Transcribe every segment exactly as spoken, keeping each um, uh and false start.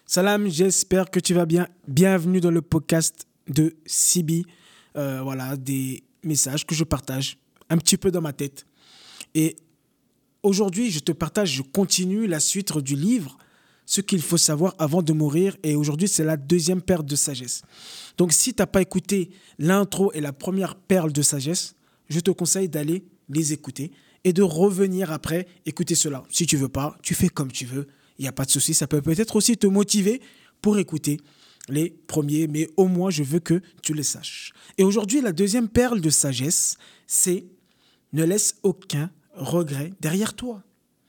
Salam, j'espère que tu vas bien. Bienvenue dans le podcast de Sibi. Euh, voilà, des messages que je partage un petit peu dans ma tête. Et aujourd'hui, je te partage, je continue la suite du livre « Ce qu'il faut savoir avant de mourir ». Et aujourd'hui, c'est la deuxième perle de sagesse. Donc, si tu n'as pas écouté l'intro et la première perle de sagesse, je te conseille d'aller les écouter et de revenir après écouter cela. Si tu ne veux pas, tu fais comme tu veux. Il n'y a pas de souci, ça peut peut-être aussi te motiver pour écouter les premiers, mais au moins je veux que tu le saches. Et aujourd'hui, la deuxième perle de sagesse, c'est ne laisse aucun regret derrière toi.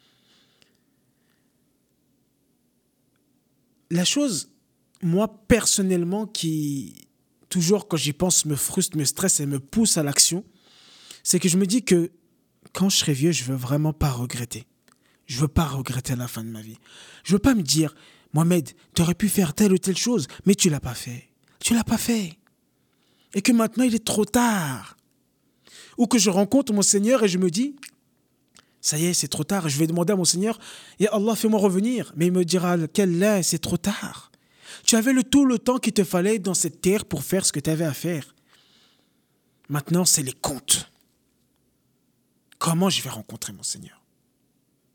La chose, moi personnellement, qui toujours quand j'y pense me frustre, me stresse et me pousse à l'action, c'est que je me dis que quand je serai vieux, je ne veux vraiment pas regretter. Je ne veux pas regretter la fin de ma vie. Je ne veux pas me dire, Mohamed, tu aurais pu faire telle ou telle chose, mais tu ne l'as pas fait. Tu ne l'as pas fait. Et que maintenant, il est trop tard. Ou que je rencontre mon Seigneur et je me dis, ça y est, c'est trop tard. Je vais demander à mon Seigneur, Ya Allah, fais-moi revenir. Mais il me dira, quel est, c'est trop tard. Tu avais le tout le temps qu'il te fallait dans cette terre pour faire ce que tu avais à faire. Maintenant, c'est les comptes. Comment je vais rencontrer mon Seigneur ? Comment ?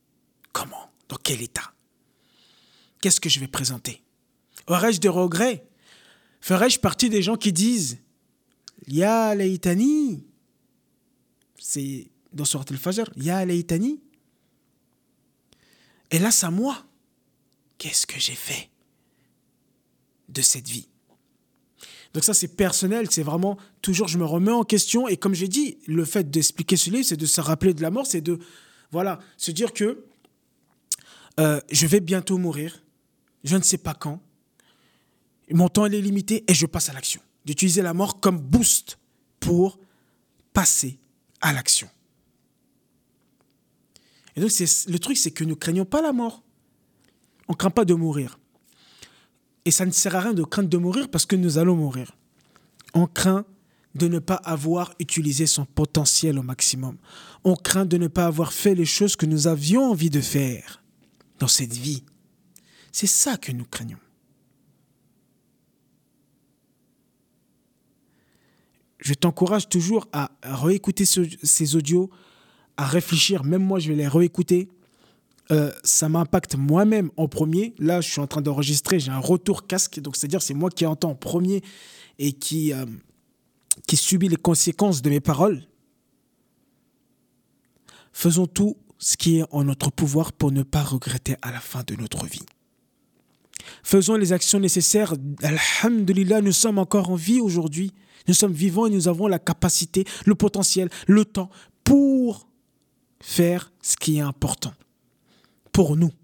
Dans quel état ? Qu'est-ce que je vais présenter ? Aurais-je des regrets ? Ferais-je partie des gens qui disent « Ya laytani » c'est dans Surat al-Fajr « Ya laytani » Hélas à moi, qu'est-ce que j'ai fait de cette vie ? Donc ça, c'est personnel, c'est vraiment, toujours, je me remets en question. Et comme j'ai dit, le fait d'expliquer ce livre, c'est de se rappeler de la mort, c'est de, voilà, se dire que Euh, je vais bientôt mourir, je ne sais pas quand, mon temps il est limité et je passe à l'action. D'utiliser la mort comme boost pour passer à l'action. Et donc c'est, le truc c'est que nous ne craignons pas la mort. On ne craint pas de mourir. Et ça ne sert à rien de craindre de mourir parce que nous allons mourir. On craint de ne pas avoir utilisé son potentiel au maximum. On craint de ne pas avoir fait les choses que nous avions envie de faire dans cette vie. C'est ça que nous craignons. Je t'encourage toujours à réécouter ce, ces audios, à réfléchir. Même moi, je vais les réécouter. Euh, ça m'impacte moi-même en premier. Là, je suis en train d'enregistrer. J'ai un retour casque. Donc, c'est-à-dire c'est moi qui entends en premier et qui, euh, qui subit les conséquences de mes paroles. Faisons tout ce qui est en notre pouvoir pour ne pas regretter à la fin de notre vie. Faisons les actions nécessaires. Alhamdulillah, nous sommes encore en vie aujourd'hui. Nous sommes vivants et nous avons la capacité, le potentiel, le temps pour faire ce qui est important pour nous.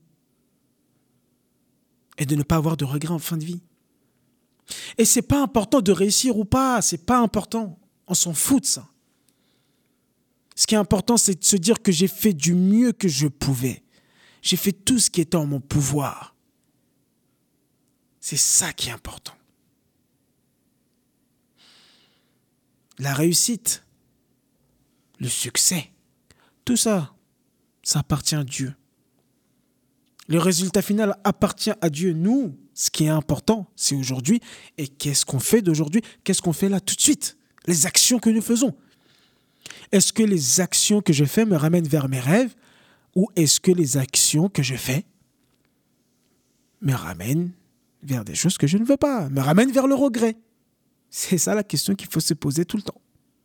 Et de ne pas avoir de regrets en fin de vie. Et c'est pas important de réussir ou pas, c'est pas important. On s'en fout de ça. Ce qui est important, c'est de se dire que j'ai fait du mieux que je pouvais. J'ai fait tout ce qui était en mon pouvoir. C'est ça qui est important. La réussite, le succès, tout ça, ça appartient à Dieu. Le résultat final appartient à Dieu. Nous, ce qui est important, c'est aujourd'hui. Et qu'est-ce qu'on fait d'aujourd'hui ? Qu'est-ce qu'on fait là tout de suite ? Les actions que nous faisons. Est-ce que les actions que je fais me ramènent vers mes rêves ou est-ce que les actions que je fais me ramènent vers des choses que je ne veux pas, me ramènent vers le regret ? C'est ça la question qu'il faut se poser tout le temps.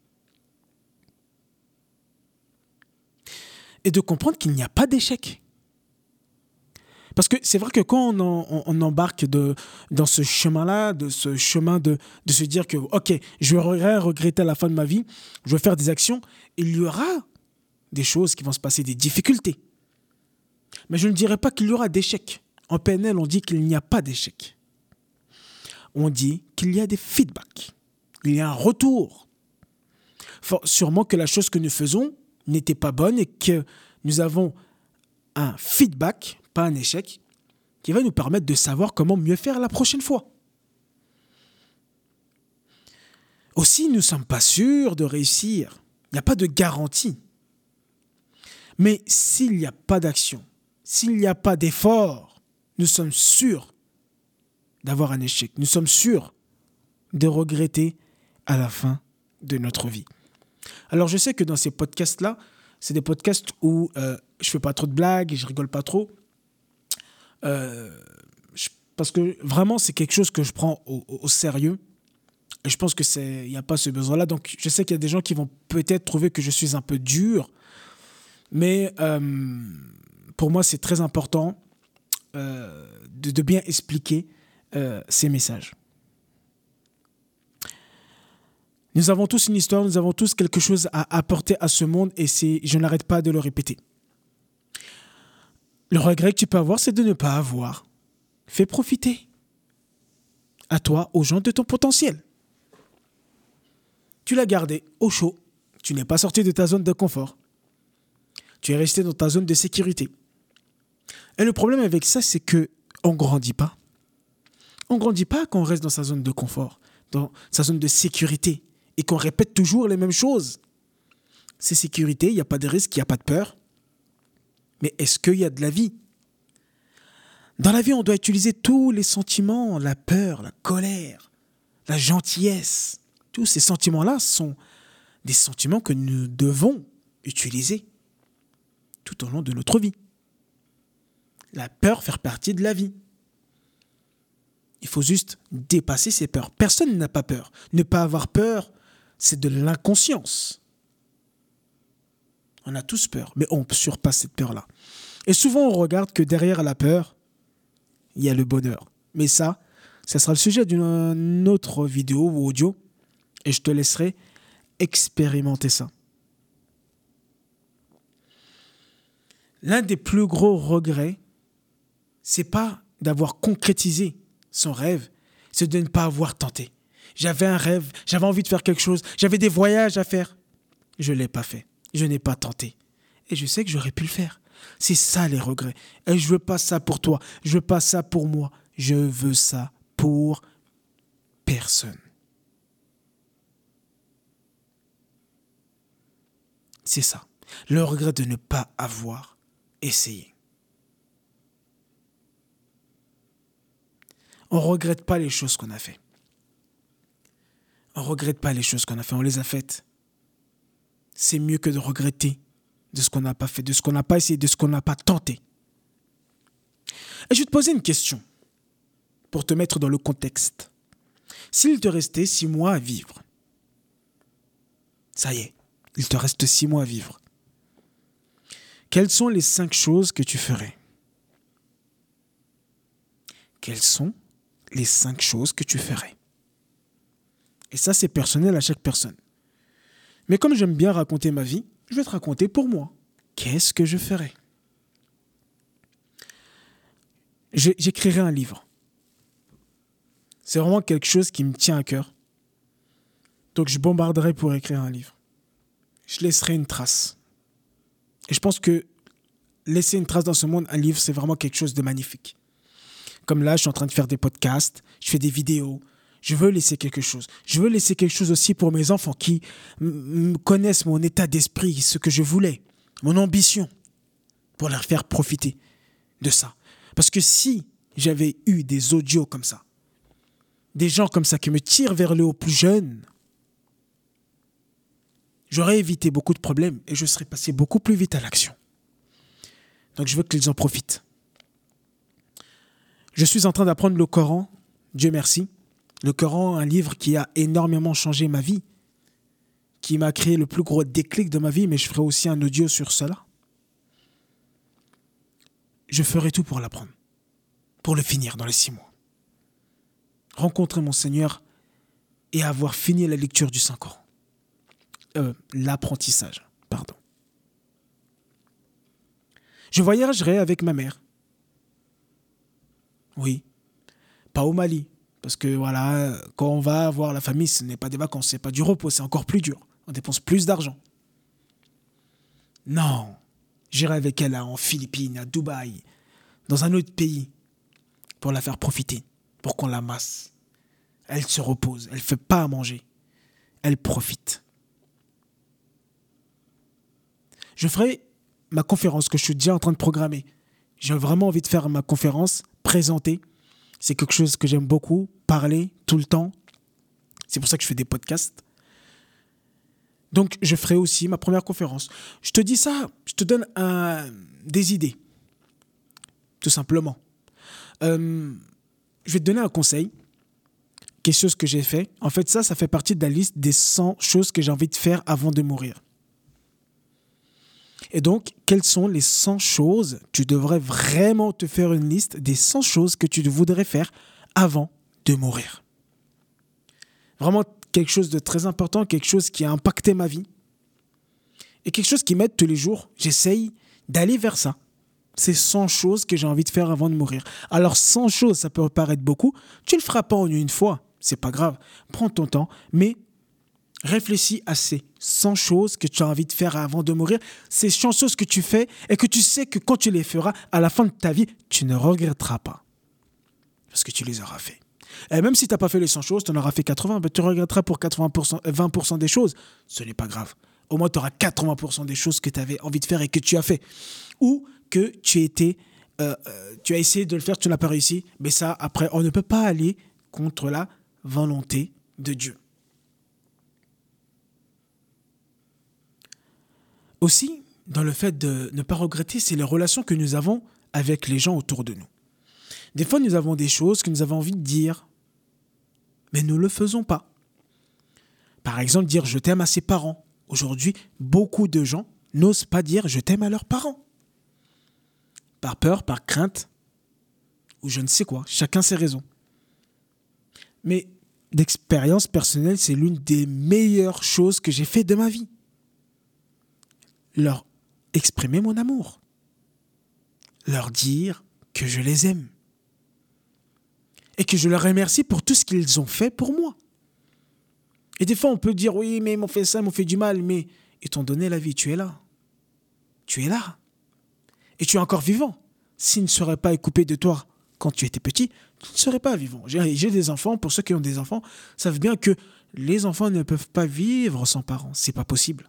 Et de comprendre qu'il n'y a pas d'échec. Parce que c'est vrai que quand on, en, on embarque de, dans ce chemin-là, de ce chemin de, de se dire que, ok, je vais regretter à la fin de ma vie, je vais faire des actions, il y aura des choses qui vont se passer, des difficultés. Mais je ne dirais pas qu'il y aura d'échecs. En P N L, on dit qu'il n'y a pas d'échecs. On dit qu'il y a des feedbacks. Il y a un retour. Faut, sûrement que la chose que nous faisons n'était pas bonne et que nous avons un feedback, pas un échec, qui va nous permettre de savoir comment mieux faire la prochaine fois. Aussi, nous ne sommes pas sûrs de réussir. Il n'y a pas de garantie. Mais s'il n'y a pas d'action, s'il n'y a pas d'effort, nous sommes sûrs d'avoir un échec. Nous sommes sûrs de regretter à la fin de notre vie. Alors, je sais que dans ces podcasts-là, c'est des podcasts où euh, je ne fais pas trop de blagues et je rigole pas trop. Euh, je, parce que vraiment, c'est quelque chose que je prends au, au, au sérieux. Et je pense qu'il n'y a pas ce besoin-là. Donc, je sais qu'il y a des gens qui vont peut-être trouver que je suis un peu dur. Mais euh, pour moi, c'est très important euh, de, de bien expliquer euh, ces messages. Nous avons tous une histoire, nous avons tous quelque chose à apporter à ce monde et c'est, je n'arrête pas de le répéter. Le regret que tu peux avoir, c'est de ne pas avoir fait profiter à toi, aux gens de ton potentiel. Tu l'as gardé au chaud, tu n'es pas sorti de ta zone de confort. Tu es resté dans ta zone de sécurité. Et le problème avec ça, c'est qu'on ne grandit pas. On ne grandit pas quand on reste dans sa zone de confort, dans sa zone de sécurité. Et qu'on répète toujours les mêmes choses. C'est sécurité, il n'y a pas de risque, il n'y a pas de peur. Mais est-ce qu'il y a de la vie ? Dans la vie, on doit utiliser tous les sentiments, la peur, la colère, la gentillesse. Tous ces sentiments-là sont des sentiments que nous devons utiliser tout au long de notre vie. La peur fait partie de la vie. Il faut juste dépasser ces peurs. Personne n'a pas peur. Ne pas avoir peur, c'est de l'inconscience. On a tous peur, mais on surpasse cette peur-là. Et souvent, on regarde que derrière la peur, il y a le bonheur. Mais ça, ça sera le sujet d'une autre vidéo ou audio, et je te laisserai expérimenter ça. L'un des plus gros regrets, c'est pas d'avoir concrétisé son rêve, c'est de ne pas avoir tenté. J'avais un rêve, j'avais envie de faire quelque chose, j'avais des voyages à faire. Je ne l'ai pas fait, je n'ai pas tenté. Et je sais que j'aurais pu le faire. C'est ça les regrets. Et je ne veux pas ça pour toi, je ne veux pas ça pour moi, je veux ça pour personne. C'est ça, le regret de ne pas avoir essayé. On ne regrette pas les choses qu'on a faites. On ne regrette pas les choses qu'on a faites, on les a faites. C'est mieux que de regretter de ce qu'on n'a pas fait, de ce qu'on n'a pas essayé, de ce qu'on n'a pas tenté. Et je vais te poser une question pour te mettre dans le contexte. S'il te restait six mois à vivre, ça y est, il te reste six mois à vivre. Quelles sont les cinq choses que tu ferais ? Quelles sont les cinq choses que tu ferais ? Et ça, c'est personnel à chaque personne. Mais comme j'aime bien raconter ma vie, je vais te raconter pour moi. Qu'est-ce que je ferais ? J'écrirai un livre. C'est vraiment quelque chose qui me tient à cœur. Donc je bombarderai pour écrire un livre. Je laisserai une trace. Et je pense que laisser une trace dans ce monde, un livre, c'est vraiment quelque chose de magnifique. Comme là, je suis en train de faire des podcasts, je fais des vidéos. Je veux laisser quelque chose. Je veux laisser quelque chose aussi pour mes enfants qui m- m- connaissent mon état d'esprit, ce que je voulais, mon ambition, pour leur faire profiter de ça. Parce que si j'avais eu des audios comme ça, des gens comme ça qui me tirent vers le haut plus jeune, j'aurais évité beaucoup de problèmes et je serais passé beaucoup plus vite à l'action. Donc je veux qu'ils en profitent. Je suis en train d'apprendre le Coran, Dieu merci. Le Coran, un livre qui a énormément changé ma vie, qui m'a créé le plus gros déclic de ma vie, mais je ferai aussi un audio sur cela. Je ferai tout pour l'apprendre, pour le finir dans les six mois. Rencontrer mon Seigneur et avoir fini la lecture du Saint-Coran. Euh, l'apprentissage, pardon. Je voyagerai avec ma mère. Oui, pas au Mali. Parce que voilà, quand on va voir la famille, ce n'est pas des vacances, ce n'est pas du repos, c'est encore plus dur. On dépense plus d'argent. Non, j'irai avec elle en Philippines, à Dubaï, dans un autre pays, pour la faire profiter, pour qu'on la masse. Elle se repose, elle ne fait pas à manger, elle profite. Je ferai ma conférence que je suis déjà en train de programmer. J'ai vraiment envie de faire ma conférence, présenter. C'est quelque chose que j'aime beaucoup, parler tout le temps. C'est pour ça que je fais des podcasts. Donc, je ferai aussi ma première conférence. Je te dis ça, je te donne un, des idées, tout simplement. Euh, je vais te donner un conseil, quelque chose que j'ai fait. En fait, ça, ça fait partie de la liste des cent choses que j'ai envie de faire avant de mourir. Et donc, quelles sont les cent choses? Tu devrais vraiment te faire une liste des cent choses que tu voudrais faire avant de mourir. Vraiment quelque chose de très important, quelque chose qui a impacté ma vie et quelque chose qui m'aide tous les jours. J'essaye d'aller vers ça. C'est cent choses que j'ai envie de faire avant de mourir. Alors cent choses, ça peut paraître beaucoup. Tu ne le feras pas en une fois, c'est pas grave. Prends ton temps, mais réfléchis à ces cent choses que tu as envie de faire avant de mourir. Ces cent choses que tu fais et que tu sais que quand tu les feras, à la fin de ta vie, tu ne regretteras pas. Parce que tu les auras fait. Et même si tu n'as pas fait les cent choses, tu en auras fait quatre-vingts, ben tu regretteras pour quatre-vingts pour cent, vingt pour cent des choses. Ce n'est pas grave. Au moins, tu auras quatre-vingts pour cent des choses que tu avais envie de faire et que tu as fait. Ou que tu, étais, euh, euh, tu as essayé de le faire, tu n'as pas réussi. Mais ça, après, on ne peut pas aller contre la volonté de Dieu. Aussi, dans le fait de ne pas regretter, c'est les relations que nous avons avec les gens autour de nous. Des fois, nous avons des choses que nous avons envie de dire, mais nous ne le faisons pas. Par exemple, dire « je t'aime » à ses parents. Aujourd'hui, beaucoup de gens n'osent pas dire « je t'aime » à leurs parents. Par peur, par crainte, ou je ne sais quoi. Chacun ses raisons. Mais d'expérience personnelle, c'est l'une des meilleures choses que j'ai fait de ma vie. Leur exprimer mon amour. Leur dire que je les aime. Et que je leur remercie pour tout ce qu'ils ont fait pour moi. Et des fois, on peut dire, oui, mais ils m'ont fait ça, ils m'ont fait du mal, mais ils t'ont donné la vie, tu es là. Tu es là. Et tu es encore vivant. S'ils ne seraient pas coupés de toi quand tu étais petit, tu ne serais pas vivant. J'ai, j'ai des enfants, pour ceux qui ont des enfants, savent bien que les enfants ne peuvent pas vivre sans parents. C'est pas possible.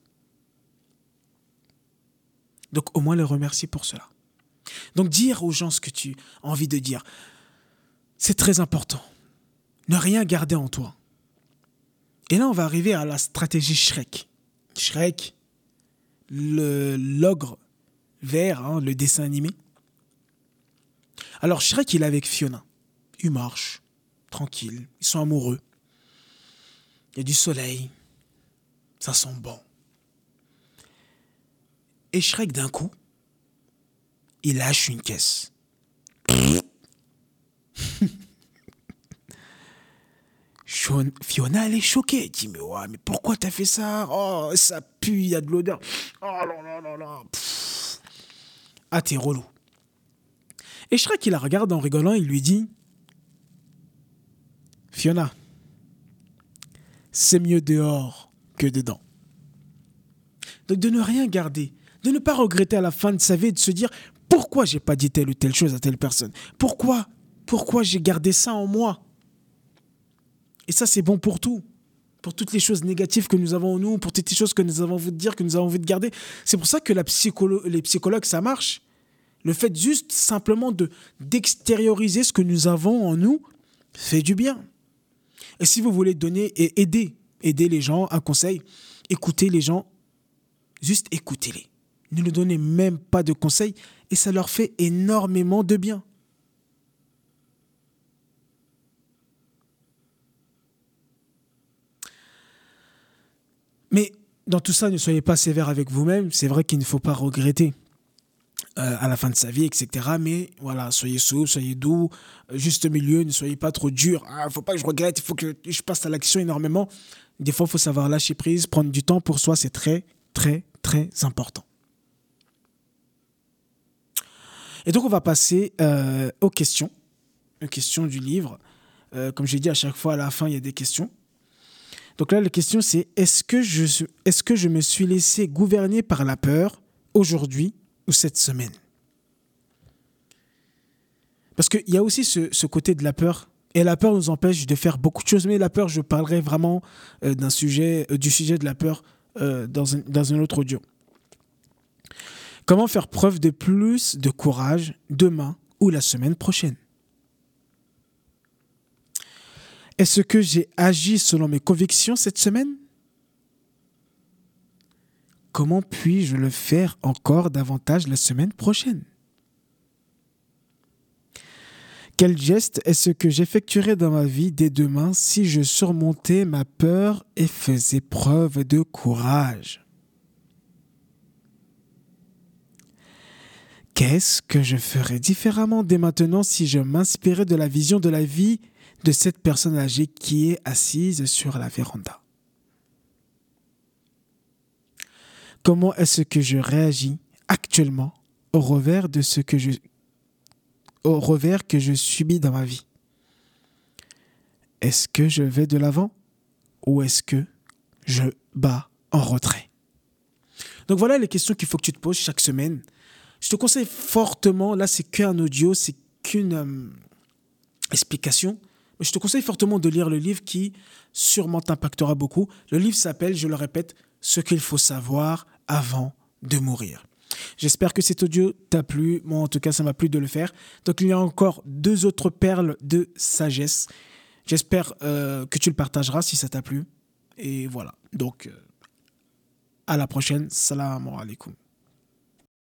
Donc, au moins, les remercier pour cela. Donc, dire aux gens ce que tu as envie de dire, c'est très important. Ne rien garder en toi. Et là, on va arriver à la stratégie Shrek. Shrek, le, l'ogre vert, hein, le dessin animé. Alors, Shrek, il est avec Fiona. Il marche, tranquille. Ils sont amoureux. Il y a du soleil. Ça sent bon. Et Shrek, d'un coup, il lâche une caisse. Fiona, elle est choquée. Elle dit, mais, ouais, mais pourquoi t'as fait ça? Oh, ça pue, il y a de l'odeur. Oh là là là là. Pff. Ah, t'es relou. Et Shrek, il la regarde en rigolant, il lui dit, Fiona, c'est mieux dehors que dedans. Donc de ne rien garder, de ne pas regretter à la fin de sa vie et de se dire, pourquoi j'ai pas dit telle ou telle chose à telle personne? Pourquoi? Pourquoi j'ai gardé ça en moi? Et ça, c'est bon pour tout. Pour toutes les choses négatives que nous avons en nous, pour toutes les choses que nous avons envie de dire, que nous avons envie de garder. C'est pour ça que la psycholo- les psychologues, ça marche. Le fait juste simplement de, d'extérioriser ce que nous avons en nous fait du bien. Et si vous voulez donner et aider, aider les gens, un conseil, écoutez les gens, juste écoutez-les. Ne leur donnez même pas de conseils et ça leur fait énormément de bien. Mais dans tout ça, ne soyez pas sévère avec vous-même. C'est vrai qu'il ne faut pas regretter euh, à la fin de sa vie, et cetera. Mais voilà, soyez souple, soyez doux, euh, juste milieu, ne soyez pas trop dur. Il ah, ne faut pas que je regrette, il faut que je passe à l'action énormément. Des fois, il faut savoir lâcher prise, prendre du temps pour soi. C'est très, très, très important. Et donc, on va passer euh, aux questions. Aux questions du livre. Euh, comme j'ai dit, à chaque fois, à la fin, il y a des questions. Donc là, la question, c'est est-ce que je, est-ce que je me suis laissé gouverner par la peur aujourd'hui ou cette semaine? Parce qu'il y a aussi ce, ce côté de la peur. Et la peur nous empêche de faire beaucoup de choses. Mais la peur, je parlerai vraiment euh, d'un sujet, euh, du sujet de la peur euh, dans, un, dans un autre audio. Comment faire preuve de plus de courage demain ou la semaine prochaine? Est-ce que j'ai agi selon mes convictions cette semaine? Comment puis-je le faire encore davantage la semaine prochaine? Quel geste est-ce que j'effectuerais dans ma vie dès demain si je surmontais ma peur et faisais preuve de courage? Qu'est-ce que je ferais différemment dès maintenant si je m'inspirais de la vision de la vie de cette personne âgée qui est assise sur la véranda? Comment est-ce que je réagis actuellement au revers de ce que je, au revers que je subis dans ma vie? Est-ce que je vais de l'avant ou est-ce que je bats en retrait? Donc voilà les questions qu'il faut que tu te poses chaque semaine. Je te conseille fortement, là c'est qu'un audio, c'est qu'une euh, explication, mais je te conseille fortement de lire le livre qui sûrement t'impactera beaucoup. Le livre s'appelle, je le répète, « Ce qu'il faut savoir avant de mourir ». J'espère que cet audio t'a plu. Moi, en tout cas, ça m'a plu de le faire. Donc, il y a encore deux autres perles de sagesse. J'espère euh, que tu le partageras si ça t'a plu. Et voilà. Donc, euh, à la prochaine. Salam alaikum.